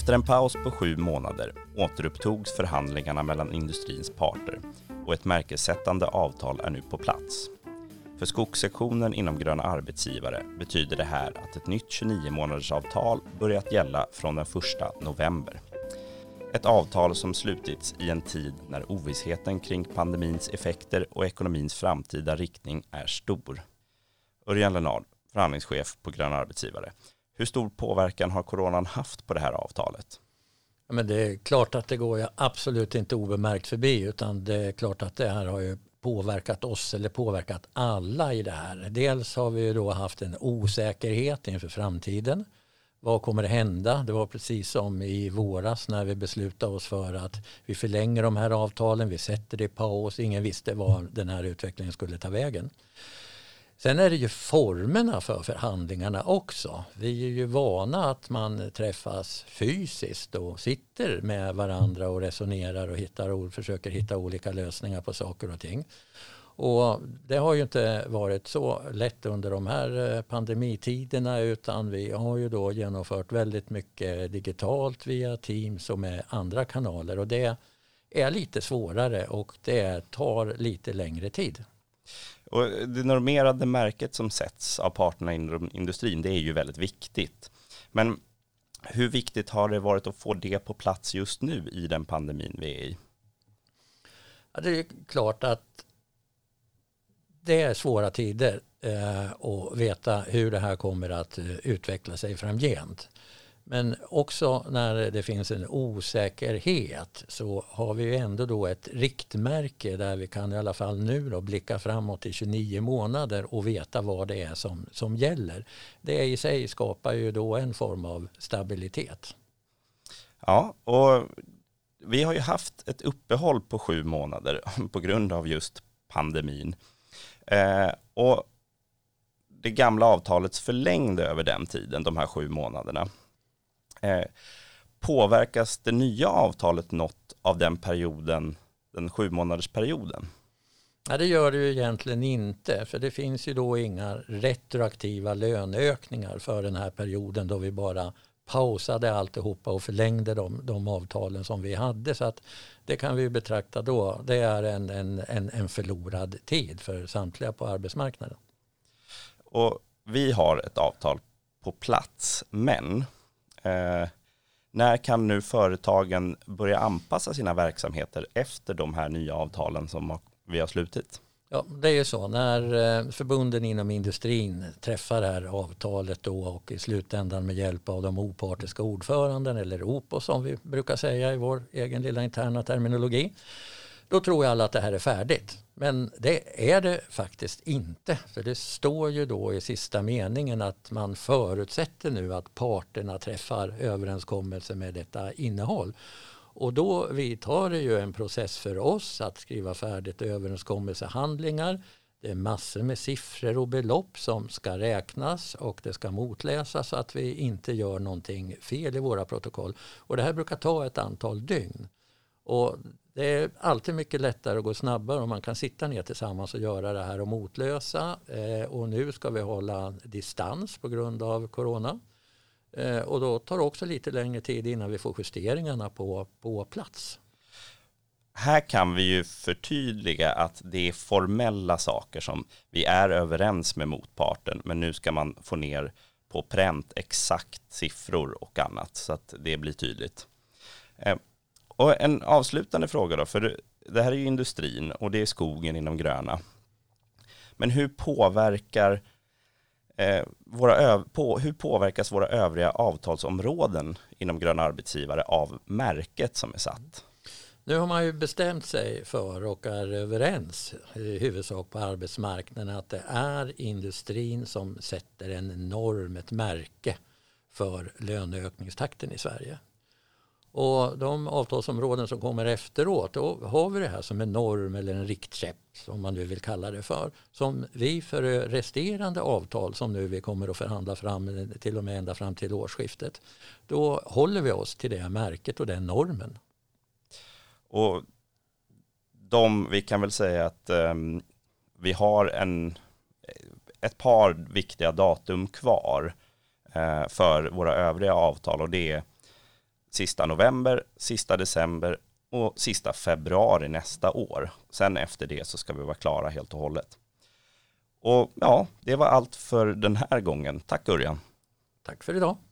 Efter en paus på 7 månader återupptogs förhandlingarna mellan industrins parter och ett märkessättande avtal är nu på plats. För skogssektionen inom Gröna Arbetsgivare betyder det här att ett nytt 29-månadersavtal börjat gälla från den 1 november. Ett avtal som slutits i en tid när ovissheten kring pandemins effekter och ekonomins framtida riktning är stor. Örjan Lennard, förhandlingschef på Gröna Arbetsgivare. Hur stor påverkan har coronan haft på det här avtalet? Ja, men det är klart att det går ju absolut inte obemärkt förbi, utan det är klart att det här har ju påverkat oss eller påverkat alla i det här. Dels har vi ju då haft en osäkerhet inför framtiden. Vad kommer det hända? Det var precis som i våras när vi beslutade oss för att vi förlänger de här avtalen, vi sätter det i paus, ingen visste var den här utvecklingen skulle ta vägen. Sen är det ju formerna för förhandlingarna också. Vi är ju vana att man träffas fysiskt och sitter med varandra och resonerar och försöker hitta olika lösningar på saker och ting. Och det har ju inte varit så lätt under de här pandemitiderna, utan vi har ju då genomfört väldigt mycket digitalt via Teams och med andra kanaler, och det är lite svårare och det tar lite längre tid. Och det normerade märket som sätts av parterna inom industrin, det är ju väldigt viktigt. Men hur viktigt har det varit att få det på plats just nu i den pandemin vi är i? Ja, det är klart att det är svåra tider att veta hur det här kommer att utveckla sig framgent. Men också när det finns en osäkerhet så har vi ju ändå då ett riktmärke där vi kan i alla fall nu då blicka framåt i 29 månader och veta vad det är som gäller. Det i sig skapar ju då en form av stabilitet. Ja, och vi har ju haft ett uppehåll på 7 månader på grund av just pandemin. Och det gamla avtalet förlängde över den tiden, de här 7 månaderna. Påverkas det nya avtalet något av den perioden, den 7-månadersperioden? Ja, det gör det ju egentligen inte, för det finns ju då inga retroaktiva löneökningar för den här perioden då vi bara pausade alltihopa och förlängde de avtalen som vi hade, så att det kan vi betrakta då, det är en förlorad tid för samtliga på arbetsmarknaden. Och vi har ett avtal på plats, men när kan nu företagen börja anpassa sina verksamheter efter de här nya avtalen som vi har slutit? Ja, det är ju så. När förbunden inom industrin träffar det här avtalet då och i slutändan med hjälp av de opartiska ordföranden, eller OPO som vi brukar säga i vår egen lilla interna terminologi, då tror jag alla att det här är färdigt. Men det är det faktiskt inte. För det står ju då i sista meningen att man förutsätter nu att parterna träffar överenskommelser med detta innehåll. Och då vidtar det ju en process för oss att skriva färdigt överenskommelsehandlingar. Det är massor med siffror och belopp som ska räknas och det ska motläsas så att vi inte gör någonting fel i våra protokoll. Och det här brukar ta ett antal dygn. Och det är alltid mycket lättare att gå snabbare om man kan sitta ner tillsammans och göra det här och motlösa. Och nu ska vi hålla distans på grund av corona. Och då tar det också lite längre tid innan vi får justeringarna på plats. Här kan vi ju förtydliga att det är formella saker som vi är överens med motparten, men nu ska man få ner på pränt exakt siffror och annat så att det blir tydligt. Och en avslutande fråga då, för det här är ju industrin och det är skogen inom gröna. Men hur påverkas våra övriga avtalsområden inom Gröna Arbetsgivare av märket som är satt? Nu har man ju bestämt sig för och är överens i huvudsak på arbetsmarknaden att det är industrin som sätter en norm, ett märke för löneökningstakten i Sverige. Och de avtalsområden som kommer efteråt, då har vi det här som en norm eller en riktkäpp som man nu vill kalla det för. Som vi för resterande avtal som nu vi kommer att förhandla fram till och med ända fram till årsskiftet. Då håller vi oss till det märket och den normen. Och vi kan väl säga att vi har ett par viktiga datum kvar för våra övriga avtal, och det är sista november, sista december och sista februari nästa år. Sen efter det så ska vi vara klara helt och hållet. Och ja, det var allt för den här gången. Tack Örjan. Tack för idag.